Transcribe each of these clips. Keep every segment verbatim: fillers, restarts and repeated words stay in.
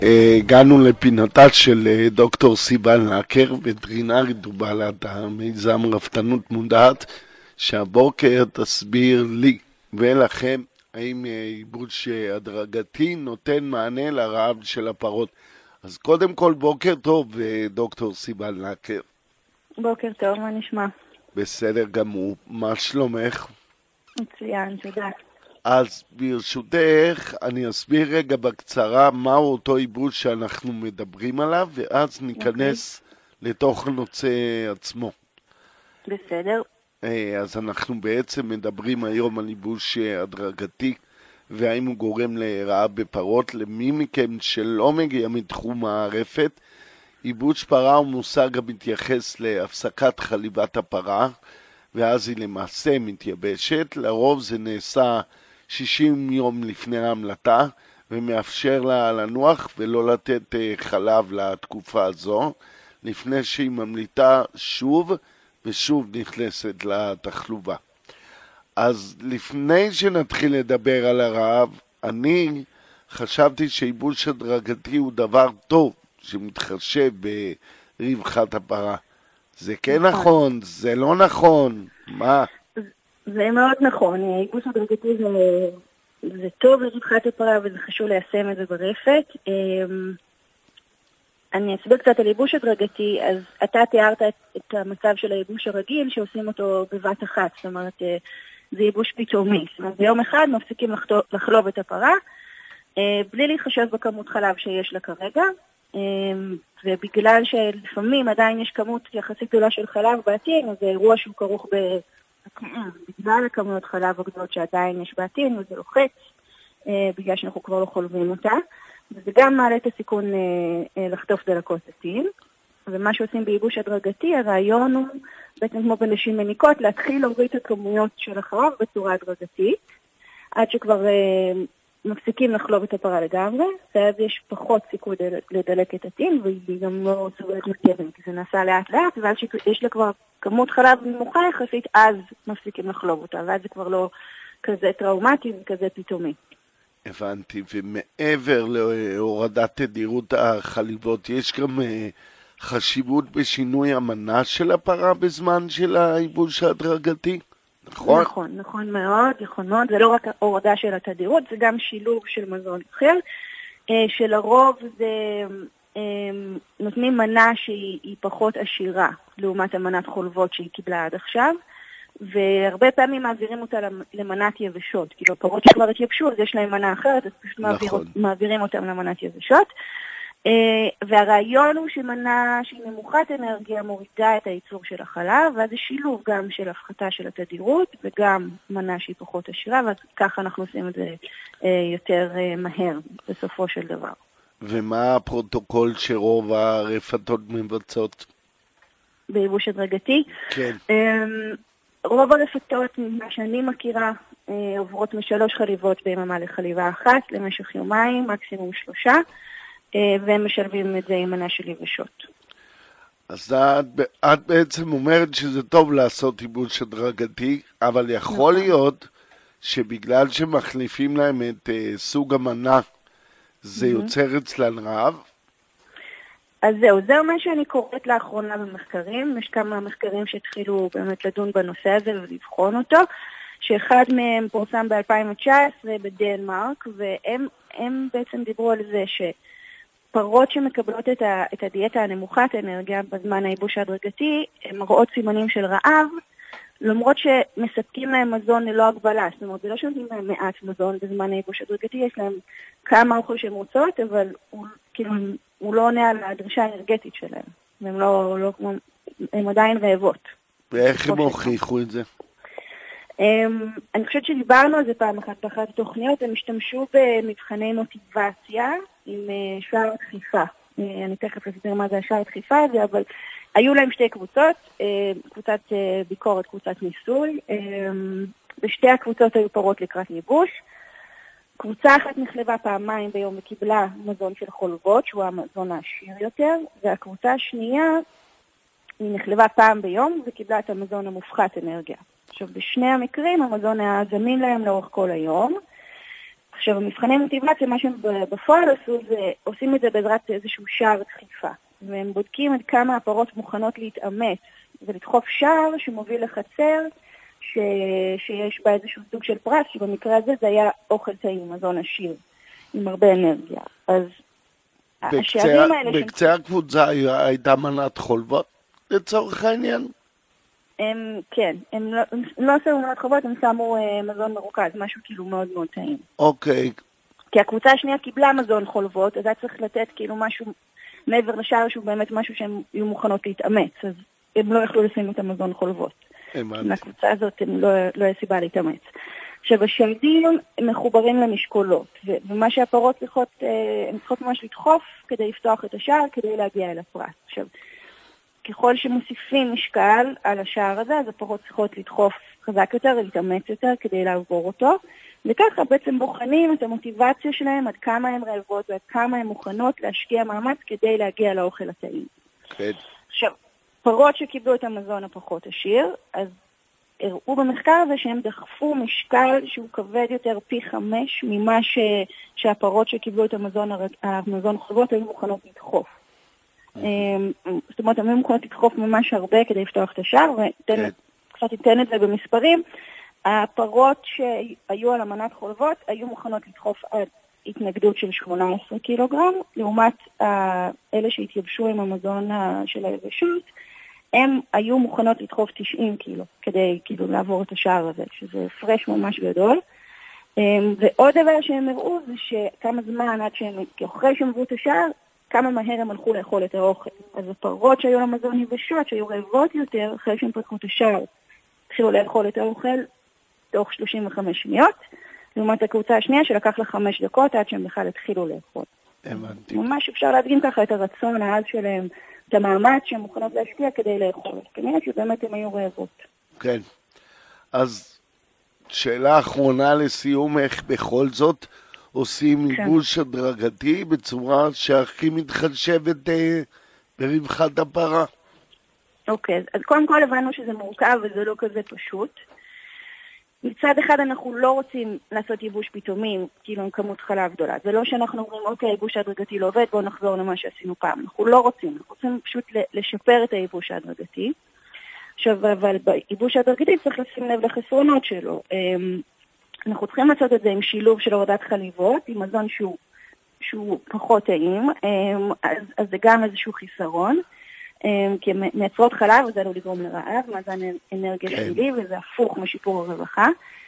הגענו לפינתה של דוקטור סיבל נקר, וטרינרית ובעלת המיזם רפתנות מודעת, שהבוקר תסביר לי ולכם האם ייבוש הדרגתי נותן מענה לרעב של הפרות. אז קודם כל בוקר טוב, דוקטור סיבל נקר. בוקר טוב, מה נשמע? בסדר גמור, מה שלומך? מצוין, תודה. אז ברשותך אני אסביר רגע בקצרה מהו אותו ייבוש שאנחנו מדברים עליו, ואז ניכנס okay. לתוך הנושא עצמו. בסדר. אז אנחנו בעצם מדברים היום על ייבוש הדרגתי, והאם הוא גורם לרעב בפרות. למי מכם שלא מגיע מתחום הרפת, ייבוש פרה הוא מושג המתייחס להפסקת חליבת הפרה, ואז היא למעשה מתייבשת. לרוב זה נעשה שישים יום לפני ההמלטה, ומאפשר לה לנוח ולא לתת חלב לתקופה הזו, לפני שהיא ממליטה שוב ושוב נכנסת לתחלובה. אז לפני שנתחיל לדבר על הרעב, אני חשבתי שייבוש הדרגתי הוא דבר טוב, שמתחשב ברווחת הפרה. זה כן נכון, זה לא נכון, מה? זה מאוד נכון, ייבוש הדרגתי זה, זה טוב לרווחת הפרה וזה חשוב ליישם את זה ברפת. אני אסביר קצת על ייבוש הדרגתי. אז אתה תיארת את, את המצב של הייבוש הרגיל שעושים אותו בבת אחת, זאת אומרת זה ייבוש פתאומי. זאת אומרת ביום אחד מפסיקים לחלוב, לחלוב את הפרה בלי להתחשב בכמות חלב שיש לה כרגע, ובגלל שלפעמים עדיין יש כמות יחסית גדולה של חלב בעתין, אז זה אירוע שהוא כרוך ב... בגלל הכמויות חלב הגדולות שעדיין יש בעתין, וזה לוחץ, בגלל שאנחנו כבר לא חולבים אותה, וזה גם מעלה את הסיכון לחטוף דלקות עתין. ומה שעושים בייבוש הדרגתי, הרעיון הוא בעצם כמו בנשים מניקות, להתחיל להוריד את הכמויות של החלב בצורה הדרגתית, עד שכבר מפסיקים לחלוב את הפרה לגמרי, ואז יש פחות סיכוי לדלקת עתין, והיא גם לא סובלת מכאבים, כי זה נעשה לאט לאט, ואז שיש לה כבר כמות חלב נמוכה יחסית, אז מפסיקים לחלוב אותה, ואז זה כבר לא כזה טראומטי וכזה פתאומי. הבנתי, ומעבר להורדת תדירות החליבות, יש גם חשיבות בשינוי המנה של הפרה בזמן של הייבוש ההדרגתי? נכון? נכון, נכון מאוד, נכון מאוד. זה לא רק הורדה של התדירות, זה גם שילוב של מזון אחר, שלרוב זה נותנים מנה שהיא פחות עשירה, לעומת המנת חולבות שהיא קיבלה עד עכשיו, והרבה פעמים מעבירים אותה למנת יבשות, כאילו פרות שכבר התייבשו, אז יש להם מנה אחרת, אז פשוט נכון. מעבירים אותם למנת יבשות. והרעיון הוא שמנה שהיא נמוכת אנרגיה מורידה את הייצור של החלב, ואז זה שילוב גם של הפחתה של התדירות וגם מנה שהיא פחות עשירה, וככה אנחנו עושים את זה יותר מהר בסופו של דבר. ומה הפרוטוקול שרוב הרפתות מבצעות? בייבוש הדרגתי? כן. רוב הרפתות, מה שאני מכירה, עוברות משלוש חליבות ביממה לחליבה אחת למשך יומיים, מקסימום שלושה, והם משלבים את זה עם מנה של יבשות. אז את, את בעצם אומרת שזה טוב לעשות ייבוש הדרגתי, אבל יכול להיות שבגלל שמחליפים להם את uh, סוג המנה, זה יוצר אצלן רעב? אז זהו, זהו מה שאני קוראת לאחרונה במחקרים. יש כמה מחקרים שהתחילו באמת לדון בנושא הזה ולבחון אותו, שאחד מהם פורסם ב-אלפיים תשע עשרה בדנמרק, והם הם בעצם דיברו על זה ש... פרות שמקבלות את, ה, את הדיאטה הנמוכת אנרגיה בזמן הייבוש ההדרגתי, הן מראות סימנים של רעב, למרות שמספקים להם מזון ללא הגבלה. זאת אומרת, זה לא שנותנים להם מעט מזון בזמן הייבוש ההדרגתי, יש להם כמה אוכל שהן רוצות, אבל הוא, כאילו, הוא לא עונה על הדרישה האנרגטית שלהם. והם לא, לא, הם עדיין רעבות. ואיך הם הוכיחו את זה? אני חושבת שדיברנו על זה פעם אחת באחת התוכניות, הם השתמשו במבחני מוטיבציה עם שער דחיפה. אני תכף אסביר מה זה השער דחיפה הזה, אבל היו להם שתי קבוצות, קבוצת ביקורת, קבוצת ניסוי. בשתי הקבוצות היו פרות לקראת ייבוש. קבוצה אחת נחלבה פעמיים ביום וקיבלה מזון של חולבות, שהוא המזון העשיר יותר, והקבוצה השנייה היא נחלבה פעם ביום וקיבלה את המזון המופחת אנרגיה. עכשיו, בשני המקרים המזון היה זמין להם לאורך כל היום, עכשיו, המבחני מוטיבציה, מה שהם בפועל עשו, זה עושים את זה בעזרת איזשהו שער דחיפה. והם בודקים עד כמה הפרות מוכנות להתאמץ ולדחוף שער שמוביל לחצר, ש... שיש בה איזשהו סוג של פרס, שבמקרה הזה זה היה אוכל טעים, מזון עשיר, עם הרבה אנרגיה. אז השערים האלה... בקצה ש... הקבוצה הייתה מנת חולבות, לצורך העניין? הם, כן, הם לא, הם לא שמו מנת חולבות, הם שמו אה, מזון מרוכז, משהו כאילו מאוד מאוד טעים. אוקיי. כי הקבוצה השנייה קיבלה מזון חולבות, אז היה צריך לתת כאילו משהו מעבר לשער שהוא באמת משהו שהם יהיו מוכנות להתאמץ, אז הם לא יכלו לשים את המזון חולבות. מהקבוצה הזאת הם לא, לא היה סיבה להתאמץ. עכשיו, השעדים מחוברים למשקולות, ו- ומה שהפרות צריכות, הן צריכות ממש לדחוף כדי לפתוח את השער, כדי להגיע אל הפרס. עכשיו, ככל שמוסיפים משקל על השער הזה, אז הפרות צריכות לדחוף חזק יותר ולהתאמץ יותר כדי לעבור אותו, וככה בעצם בוחנים את המוטיבציה שלהם, עד כמה הן רעבות ועד כמה הן מוכנות להשקיע מאמץ כדי להגיע לאוכל הטעים. כן. עכשיו, פרות שקיבלו את המזון הפחות עשיר, אז הראו במחקר הזה שהם דחפו משקל שהוא כבד יותר פי חמש ממה ש... שהפרות שקיבלו את המזון, הר... המזון חולבות היו מוכנות לדחוף. זאת אומרת, הם היו מוכנות לדחוף ממש הרבה כדי לפתוח את השער, וקצת ניתן את זה במספרים. הפרות שהיו על המנת חולבות היו מוכנות לדחוף עד התנגדות של שמונה עשרה קילוגרם, לעומת אלה שהתייבשו עם המזון של היבשות, הם היו מוכנות לדחוף תשעים קילו, כדי כאילו לעבור את השער הזה, שזה הפרש ממש גדול. ועוד דבר שהם הראו זה שכמה זמן עד שהם, אחרי שהם עברו את השער, כמה מהר הם הלכו לאכול את האוכל. אז הפרות שהיו למזון יבשות, שהיו רעבות יותר, אחרי שהם פתחו את השער, התחילו לאכול את האוכל תוך שלושים וחמש שניות, לעומת הקבוצה השנייה שלקח לה חמש דקות עד שהם בכלל התחילו לאכול. הבנתי. ממש אפשר להדגים ככה את הרצון העז שלהם, את המאמץ שהם מוכנות להשקיע כדי לאכול. כנראה שבאמת הם היו רעבות. כן. אז שאלה אחרונה לסיום, איך בכל זאת עושים ייבוש כן. הדרגתי בצורה שהכי מתחשבת אה, ברווחת הפרה? אוקיי, אז קודם כל הבנו שזה מורכב וזה לא כזה פשוט. מצד אחד אנחנו לא רוצים לעשות ייבוש פתאומי, כאילו עם כמות חלב גדולה. זה לא שאנחנו אומרים, אוקיי, הייבוש ההדרגתי לא עובד, בואו נחזור למה שעשינו פעם. אנחנו לא רוצים, אנחנו רוצים פשוט לשפר את הייבוש ההדרגתי. עכשיו, אבל בייבוש ההדרגתי צריך לשים לב לחסרונות שלו. אנחנו צריכים לעשות את זה עם שילוב של הורדת חליבות, עם מזון שהוא, שהוא פחות טעים, אז, אז זה גם איזשהו חיסרון. כי מייצרות חלב, וזה עלול לגרום לרעב, מאזן אנרגיה שלילי, וזה הפוך משיפור הרווחה.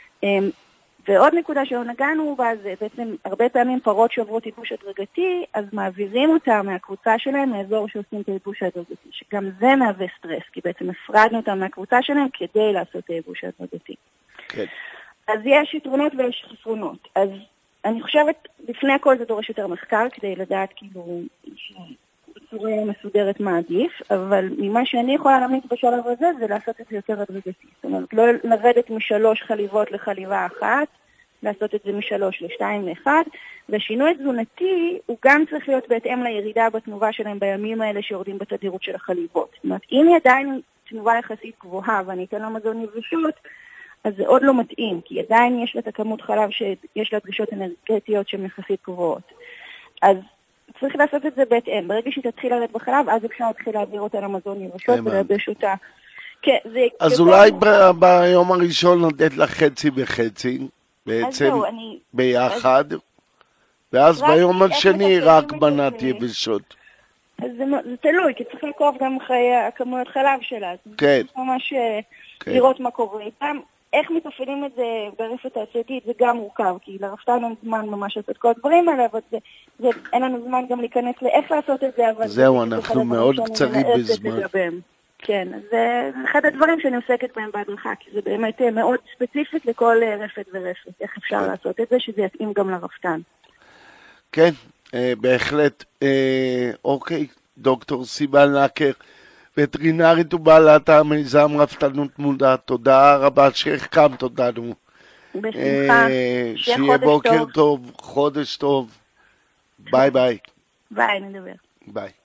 ועוד נקודה שלא נגענו בה, זה בעצם הרבה פעמים פרות שעוברות ייבוש הדרגתי, אז מעבירים אותה מהקבוצה שלהם, מהאזור שעושים את הייבוש ההדרגתי, שגם זה מהווה סטרס, כי בעצם הפרדנו אותה מהקבוצה שלהם כדי לעשות את הייבוש ההדרגתי. כן. אז יש יתרונות ויש חסרונות. אז אני חושבת, לפני הכל זה דורש יותר מחקר, כדי לדעת כאילו בצורה מסודרת מה עדיף, אבל ממה שאני יכולה להמליץ בשלב הזה, זה לעשות את זה יותר הדרגתי. זאת אומרת, לא לרדת משלוש חליבות לחליבה אחת, לעשות את זה משלוש לשתיים לאחד, והשינוי תזונתי הוא גם צריך להיות בהתאם לירידה בתנובה שלהם בימים האלה שיורדים בתדירות של החליבות. זאת אומרת, אם היא עדיין תנובה יחסית גבוהה ואני אתן לה מזון יבשות, אז זה עוד לא מתאים, כי עדיין יש לה את הכמות חלב שיש לה דרישות אנרגטיות שהן יחסית גבוהות. אז צריך לעשות את זה בהתאם. ברגע שהיא תתחיל לרדת בחלב, אז אפשר להתחיל להעביר אותה למזון יבשות ולייבש אותה. כן, זה אז אולי ב- ביום הראשון לתת לה חצי בחצי, בעצם ביחד, ואז ביום השני רק מנת יבשות. אז זה, זה תלוי, כי צריך לעקוב גם אחרי הכמויות חלב שלה. כן. צריך ממש כן. לראות מה קורה איתם. איך מתפעלים את זה ברפת העצתית, זה גם מורכב, כי לרפתן אין זמן ממש לעשות כל הדברים האלה, אבל זה, זה, אין לנו זמן גם להיכנס לאיך לעשות את זה, אבל... זהו, אנחנו מאוד קצרים בזמן. כן, אז זה אחד הדברים שאני עוסקת בהם בהדרכה, כי זה באמת מאוד ספציפית לכל רפת ורפת, איך אפשר כן. לעשות את זה, שזה יתאים גם לרפתן. כן, אה, בהחלט. אה, אוקיי, דוקטור סיבל נקר, וטרינרית ובעלת המיזם רפתנות מודעת, תודה רבה שהחכמת אותנו. בשמחה, אה, שיהיה בוקר טוב. טוב, חודש טוב. ביי ביי. ביי, נדבר. ביי.